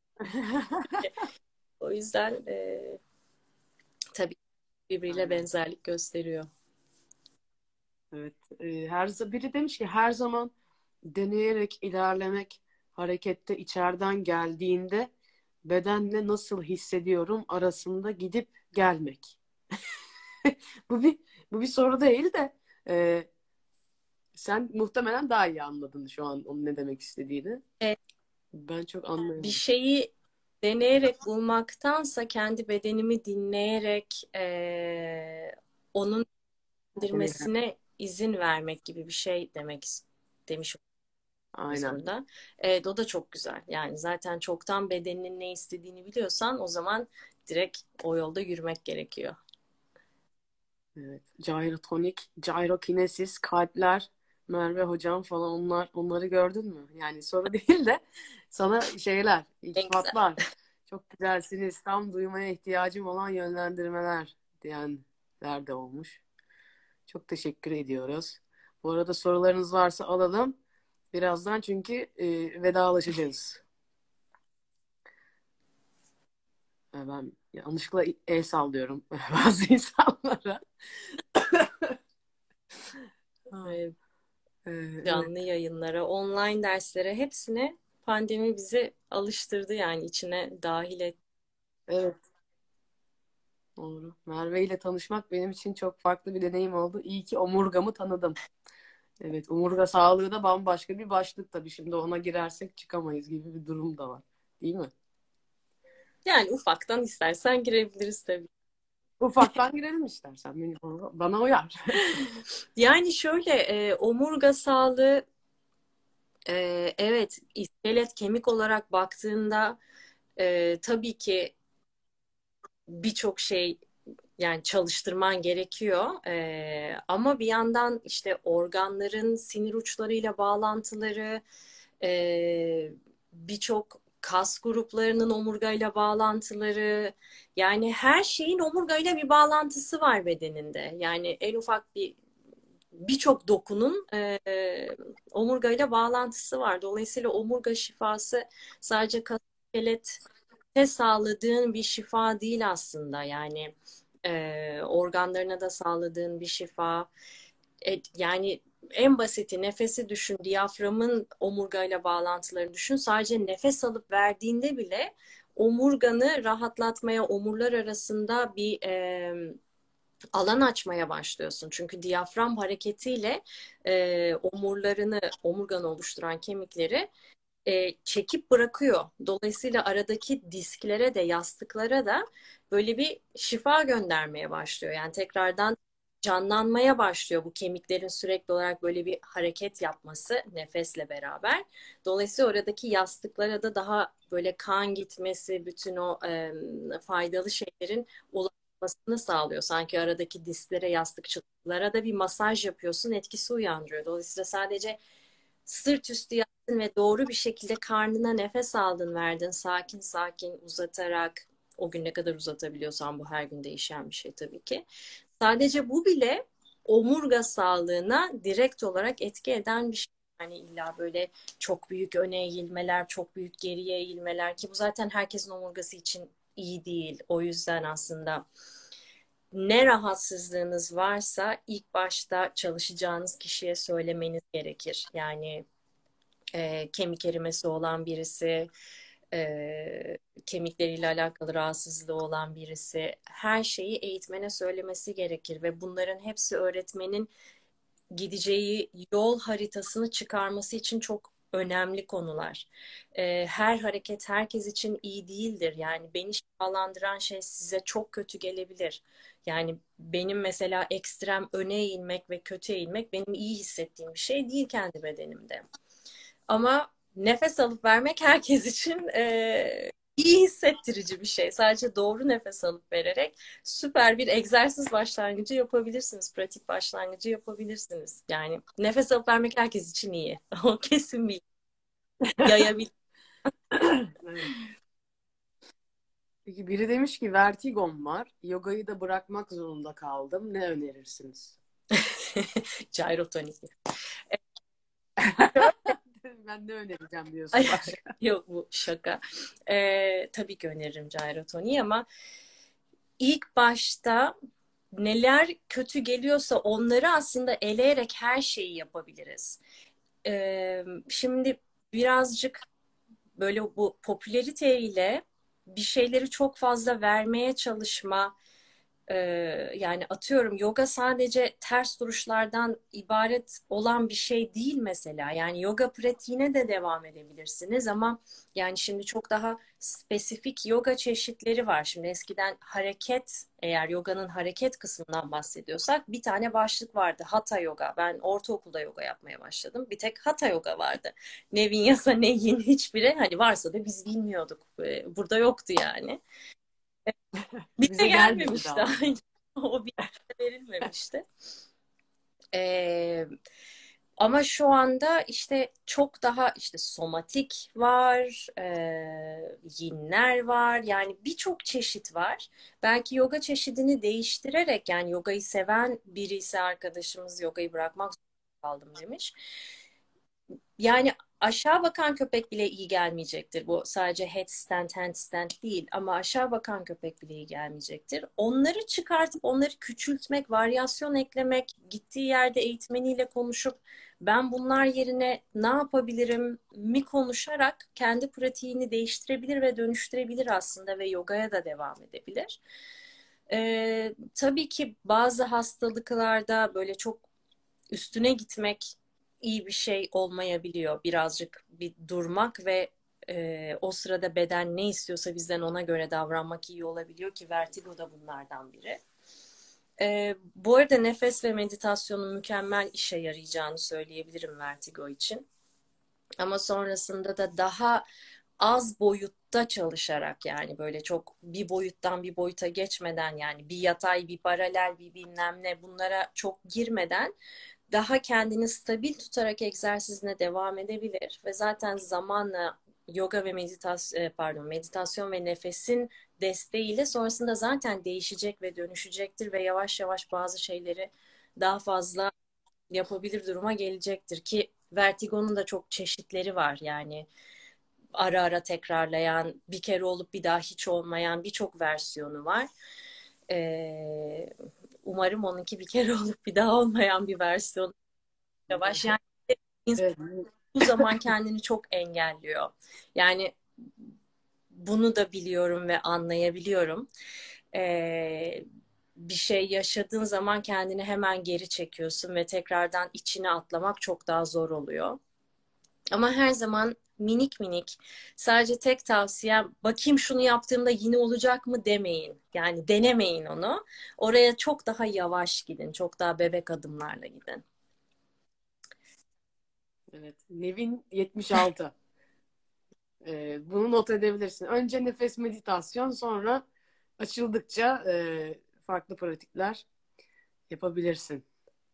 O yüzden tabii birbiriyle Aynen. benzerlik gösteriyor. Evet. Biri demiş ki her zaman deneyerek ilerlemek, harekette içeriden geldiğinde bedenle nasıl hissediyorum arasında gidip gelmek. Bu bir bu bir soru değil de, e, Sen muhtemelen daha iyi anladın şu an onun ne demek istediğini. E, Ben çok Bir anlayamadım. şeyi deneyerek bulmaktansa kendi bedenimi dinleyerek onun Deneyim. indirmesine izin vermek gibi bir şey demiş Aynen. aslında. O da çok güzel. Yani zaten çoktan bedeninin ne istediğini biliyorsan o zaman direkt o yolda yürümek gerekiyor. Evet. Gyrotonik, gyrokinesis, kalpler, Merve hocam falan onları gördün mü? Yani soru değil de sana şeyler, En güzel. iltifatlar. Çok güzelsiniz. Tam duymaya ihtiyacım olan yönlendirmeler diyenler de olmuş. Çok teşekkür ediyoruz. Bu arada sorularınız varsa alalım. Birazdan çünkü vedalaşacağız. Ben yanlışlıkla el sallıyorum bazı insanlara. Ha, Ee, evet, Canlı yayınlara, online derslere hepsine pandemi bizi alıştırdı yani içine dahil etti. evet. Doğru. Merve ile tanışmak benim için çok farklı bir deneyim oldu. İyi ki omurgamı tanıdım. Evet, omurga sağlığı da bambaşka bir başlık tabii. Şimdi ona girersek çıkamayız gibi bir durum da var. Değil mi? Yani ufaktan istersen girebiliriz tabii. Ufaktan girelim istersen. Bana uyar. Yani şöyle omurga sağlığı evet iskelet kemik olarak baktığında tabii ki birçok şey yani çalıştırman gerekiyor. Ama bir yandan işte organların sinir uçlarıyla bağlantıları, birçok kas gruplarının omurgayla bağlantıları, yani her şeyin omurgayla bir bağlantısı var bedeninde. Yani en ufak birçok dokunun omurgayla bağlantısı var. Dolayısıyla omurga şifası sadece kas iskelete sağladığın bir şifa değil aslında. Yani organlarına da sağladığın bir şifa. Yani en basiti nefesi düşün, diyaframın omurgayla bağlantılarını düşün. Sadece nefes alıp verdiğinde bile omurganı rahatlatmaya, omurlar arasında bir alan açmaya başlıyorsun. Çünkü diyafram hareketiyle omurganı oluşturan kemikleri çekip bırakıyor. Dolayısıyla aradaki disklere de yastıklara da böyle bir şifa göndermeye başlıyor. Yani tekrardan canlanmaya başlıyor bu kemiklerin sürekli olarak böyle bir hareket yapması nefesle beraber. Dolayısıyla oradaki yastıklara da daha böyle kan gitmesi, bütün o faydalı şeylerin ulaşmasını sağlıyor. Sanki aradaki disklere, yastıkçılara da bir masaj yapıyorsun, etkisi uyandırıyor. Dolayısıyla sadece sırt üstü yattın ve doğru bir şekilde karnına nefes aldın, verdin, sakin sakin uzatarak, o gün ne kadar uzatabiliyorsan, bu her gün değişen bir şey tabii ki. Sadece bu bile omurga sağlığına direkt olarak etki eden bir şey. Yani illa böyle çok büyük öne eğilmeler, çok büyük geriye eğilmeler, ki bu zaten herkesin omurgası için iyi değil. O yüzden aslında ne rahatsızlığınız varsa ilk başta çalışacağınız kişiye söylemeniz gerekir. Yani kemik erimesi olan birisi, kemikleriyle alakalı rahatsızlığı olan birisi, her şeyi eğitmene söylemesi gerekir ve bunların hepsi öğretmenin gideceği yol haritasını çıkarması için çok önemli konular. Her hareket herkes için iyi değildir. Yani beni şifalandıran şey size çok kötü gelebilir. Yani benim mesela ekstrem öne eğilmek ve kötü eğilmek benim iyi hissettiğim bir şey değil kendi bedenimde. Ama nefes alıp vermek herkes için iyi hissettirici bir şey. Sadece doğru nefes alıp vererek süper bir egzersiz başlangıcı yapabilirsiniz. Pratik başlangıcı yapabilirsiniz. Yani nefes alıp vermek herkes için iyi. O kesin bir yayabilir. Evet. Peki biri demiş ki vertigom var. Yogayı da bırakmak zorunda kaldım. Ne önerirsiniz? Gyrotonik. Ben ne önereceğim Ay, diyorsun başka. yok bu şaka. Tabii ki öneririm gyrotoniği ama ilk başta neler kötü geliyorsa onları aslında eleyerek her şeyi yapabiliriz. Şimdi birazcık böyle bu popülariteyle bir şeyleri çok fazla vermeye çalışma, Ee, Yani atıyorum yoga sadece ters duruşlardan ibaret olan bir şey değil mesela. Yani yoga pratiğine de devam edebilirsiniz ama yani şimdi çok daha spesifik yoga çeşitleri var. Şimdi eskiden hareket, eğer yoganın hareket kısmından bahsediyorsak bir tane başlık vardı. Hatha yoga. Ben ortaokulda yoga yapmaya başladım. Bir tek hatha yoga vardı. Ne vinyasa ne yin hiçbiri. Hani varsa da biz bilmiyorduk. Burada yoktu yani. Bize Bize gelmedi gelmemişti daha. aynı. O bize verilmemişti. Ee, Ama şu anda işte çok daha işte somatik var, yinler var. Yani birçok çeşit var. Belki yoga çeşidini değiştirerek, yani yogayı seven biri ise arkadaşımız yogayı bırakmak zorunda kaldım demiş. Yani aşağı bakan köpek bile iyi gelmeyecektir. Bu sadece headstand, handstand değil ama aşağı bakan köpek bile iyi gelmeyecektir. Onları çıkartıp onları küçültmek, varyasyon eklemek, gittiği yerde eğitmeniyle konuşup ben bunlar yerine ne yapabilirim mi konuşarak kendi pratiğini değiştirebilir ve dönüştürebilir aslında ve yogaya da devam edebilir. Tabii ki bazı hastalıklarda böyle çok üstüne gitmek iyi bir şey olmayabiliyor. Birazcık bir durmak ve o sırada beden ne istiyorsa bizden ona göre davranmak iyi olabiliyor ki vertigo da bunlardan biri. Bu arada nefes ve meditasyonun mükemmel işe yarayacağını söyleyebilirim vertigo için. Ama sonrasında da daha az boyutta çalışarak, yani böyle çok bir boyuttan bir boyuta geçmeden, yani bir yatay bir paralel bir bilmem ne bunlara çok girmeden daha kendini stabil tutarak egzersizine devam edebilir ve zaten zamanla yoga ve meditasyon ve nefesin desteğiyle sonrasında zaten değişecek ve dönüşecektir ve yavaş yavaş bazı şeyleri daha fazla yapabilir duruma gelecektir ki vertigonun da çok çeşitleri var. Yani ara ara tekrarlayan, bir kere olup bir daha hiç olmayan birçok versiyonu var. Ee, Umarım onunki bir kere olup bir daha olmayan bir versiyon yavaş. Yani insan Evet. bu zaman kendini çok engelliyor. Yani bunu da biliyorum ve anlayabiliyorum. Ee, Bir şey yaşadığın zaman kendini hemen geri çekiyorsun ve tekrardan içine atlamak çok daha zor oluyor. Ama her zaman minik minik, sadece tek tavsiyem bakayım şunu yaptığımda yine olacak mı demeyin. Yani denemeyin onu. Oraya çok daha yavaş gidin. Çok daha bebek adımlarla gidin. Evet. Nevin 76. Bunu not edebilirsin. Önce nefes meditasyon, sonra açıldıkça farklı pratikler yapabilirsin.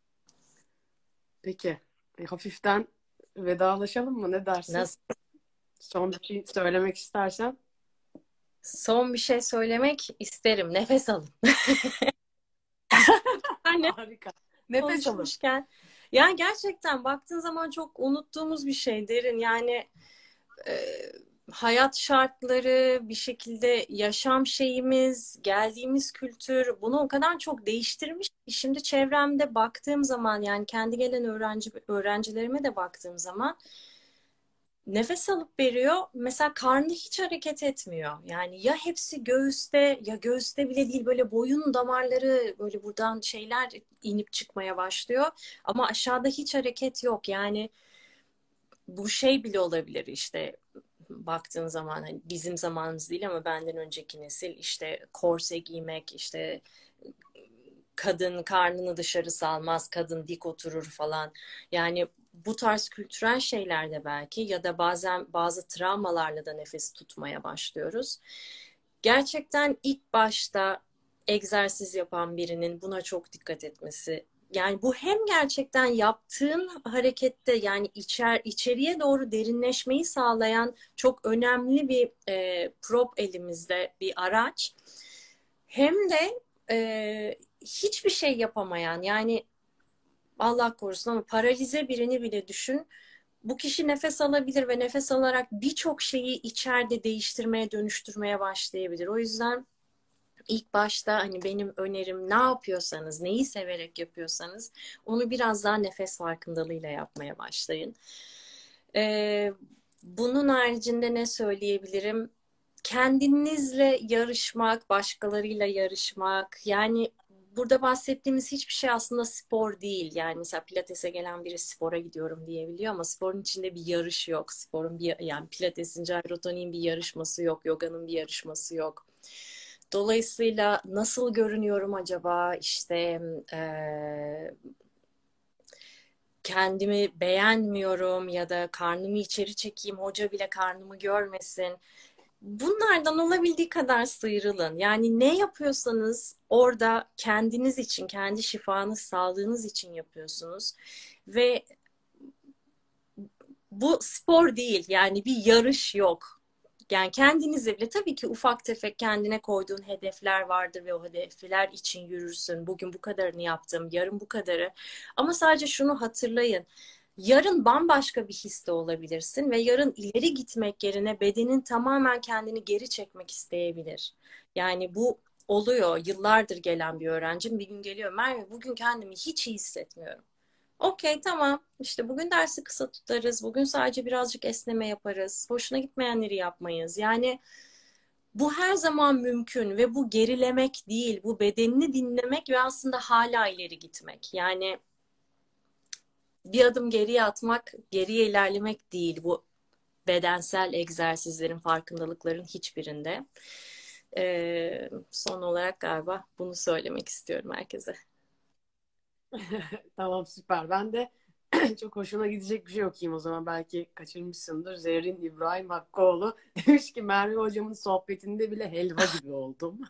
Peki. Hafiften vedalaşalım mı? Ne dersin? Nasıl? Son bir şey söylemek istersen. Son bir şey söylemek isterim. Nefes alın. Yani Harika. Nefes alın. konuşmuşken. Yani gerçekten baktığın zaman çok unuttuğumuz bir şey derin. Yani e, hayat şartları, bir şekilde yaşam şeyimiz, geldiğimiz kültür bunu o kadar çok değiştirmiş ki şimdi çevremde baktığım zaman, yani kendi gelen öğrencilerime de baktığım zaman nefes alıp veriyor. Mesela karnı hiç hareket etmiyor. Yani ya hepsi göğüste, ya göğüste bile değil, böyle boyun damarları böyle buradan şeyler inip çıkmaya başlıyor. Ama aşağıda hiç hareket yok. Yani bu şey bile olabilir işte, baktığın zaman hani bizim zamanımız değil ama benden önceki nesil işte korse giymek, işte kadın karnını dışarı salmaz, kadın dik oturur falan. Yani bu tarz kültürel şeylerde belki, ya da bazen bazı travmalarla da nefes tutmaya başlıyoruz. Gerçekten ilk başta egzersiz yapan birinin buna çok dikkat etmesi. Yani bu hem gerçekten yaptığın harekette, yani içeriye doğru derinleşmeyi sağlayan çok önemli bir prop elimizde, bir araç. Hem de hiçbir şey yapamayan, yani Allah korusun ama paralize birini bile düşün. Bu kişi nefes alabilir ve nefes alarak birçok şeyi içeride değiştirmeye, dönüştürmeye başlayabilir. O yüzden ilk başta hani benim önerim, ne yapıyorsanız, neyi severek yapıyorsanız onu biraz daha nefes farkındalığıyla yapmaya başlayın. Ee, Bunun haricinde ne söyleyebilirim? kendinizle yarışmak, başkalarıyla yarışmak, yani burada bahsettiğimiz hiçbir şey aslında spor değil. Yani mesela pilatese gelen biri spora gidiyorum diyebiliyor ama sporun içinde bir yarış yok. Sporun bir, yani pilatesin, gyrotoniğin bir yarışması yok, yoganın bir yarışması yok. Dolayısıyla nasıl görünüyorum acaba, işte kendimi beğenmiyorum ya da karnımı içeri çekeyim, hoca bile karnımı görmesin. Bunlardan olabildiği kadar sıyrılın. Yani ne yapıyorsanız orada kendiniz için, kendi şifanız, sağlığınız için yapıyorsunuz. Ve bu spor değil, yani bir yarış yok. Yani kendinizle bile tabii ki ufak tefek kendine koyduğun hedefler vardır ve o hedefler için yürürsün. Bugün bu kadarını yaptım, yarın bu kadarı. Ama sadece şunu hatırlayın. Yarın bambaşka bir hisse olabilirsin ve yarın ileri gitmek yerine bedenin tamamen kendini geri çekmek isteyebilir. Yani bu oluyor. Yıllardır gelen bir öğrencim bir gün geliyor. Merve, bugün kendimi hiç iyi hissetmiyorum. Okey, tamam. İşte bugün dersi kısa tutarız. Bugün sadece birazcık esneme yaparız. Hoşuna gitmeyenleri yapmayız. Yani bu her zaman mümkün ve bu gerilemek değil. Bu bedenini dinlemek ve aslında hala ileri gitmek. Yani bir adım geriye atmak, geriye ilerlemek değil. Bu bedensel egzersizlerin, farkındalıkların hiçbirinde. Son olarak galiba bunu söylemek istiyorum herkese. Tamam, süper. Ben de çok hoşuna gidecek bir şey okuyayım o zaman. Belki kaçırmışsındır. Zerrin İbrahim Hakkıoğlu demiş ki Merve hocamın sohbetinde bile helva gibi oldum.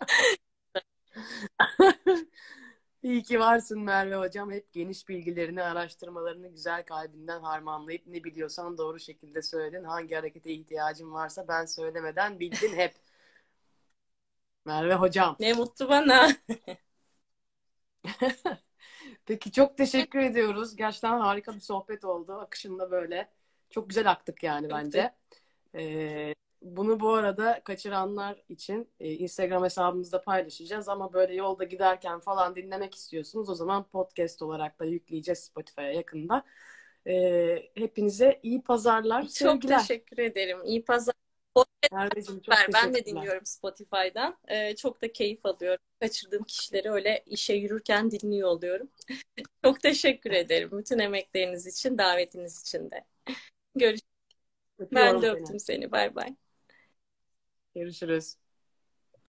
İyi ki varsın Merve hocam. Hep geniş bilgilerini, araştırmalarını güzel kalbinden harmanlayıp ne biliyorsan doğru şekilde söyledin. Hangi harekete ihtiyacın varsa ben söylemeden bildin hep. Merve hocam. Ne mutlu bana. Peki, çok teşekkür ediyoruz. Gerçekten harika bir sohbet oldu. Akışında böyle. Çok güzel aktık yani Çok teşekkür bence. Bunu bu arada kaçıranlar için Instagram hesabımızda paylaşacağız ama böyle yolda giderken falan dinlemek istiyorsunuz. O zaman podcast olarak da yükleyeceğiz Spotify'a yakında. Hepinize iyi pazarlar, Çok sevgiler. teşekkür ederim. İyi pazar. Merveciğim, çok Süper. Ben de teşekkürler. dinliyorum Spotify'dan. Çok da keyif alıyorum. Kaçırdığım kişileri öyle işe yürürken dinliyor oluyorum. Çok teşekkür ederim. Bütün emekleriniz için, davetiniz için de. Görüşürüz. Ben Öpüyorum de seni. öptüm seni. Bay bay. Görüşürüz.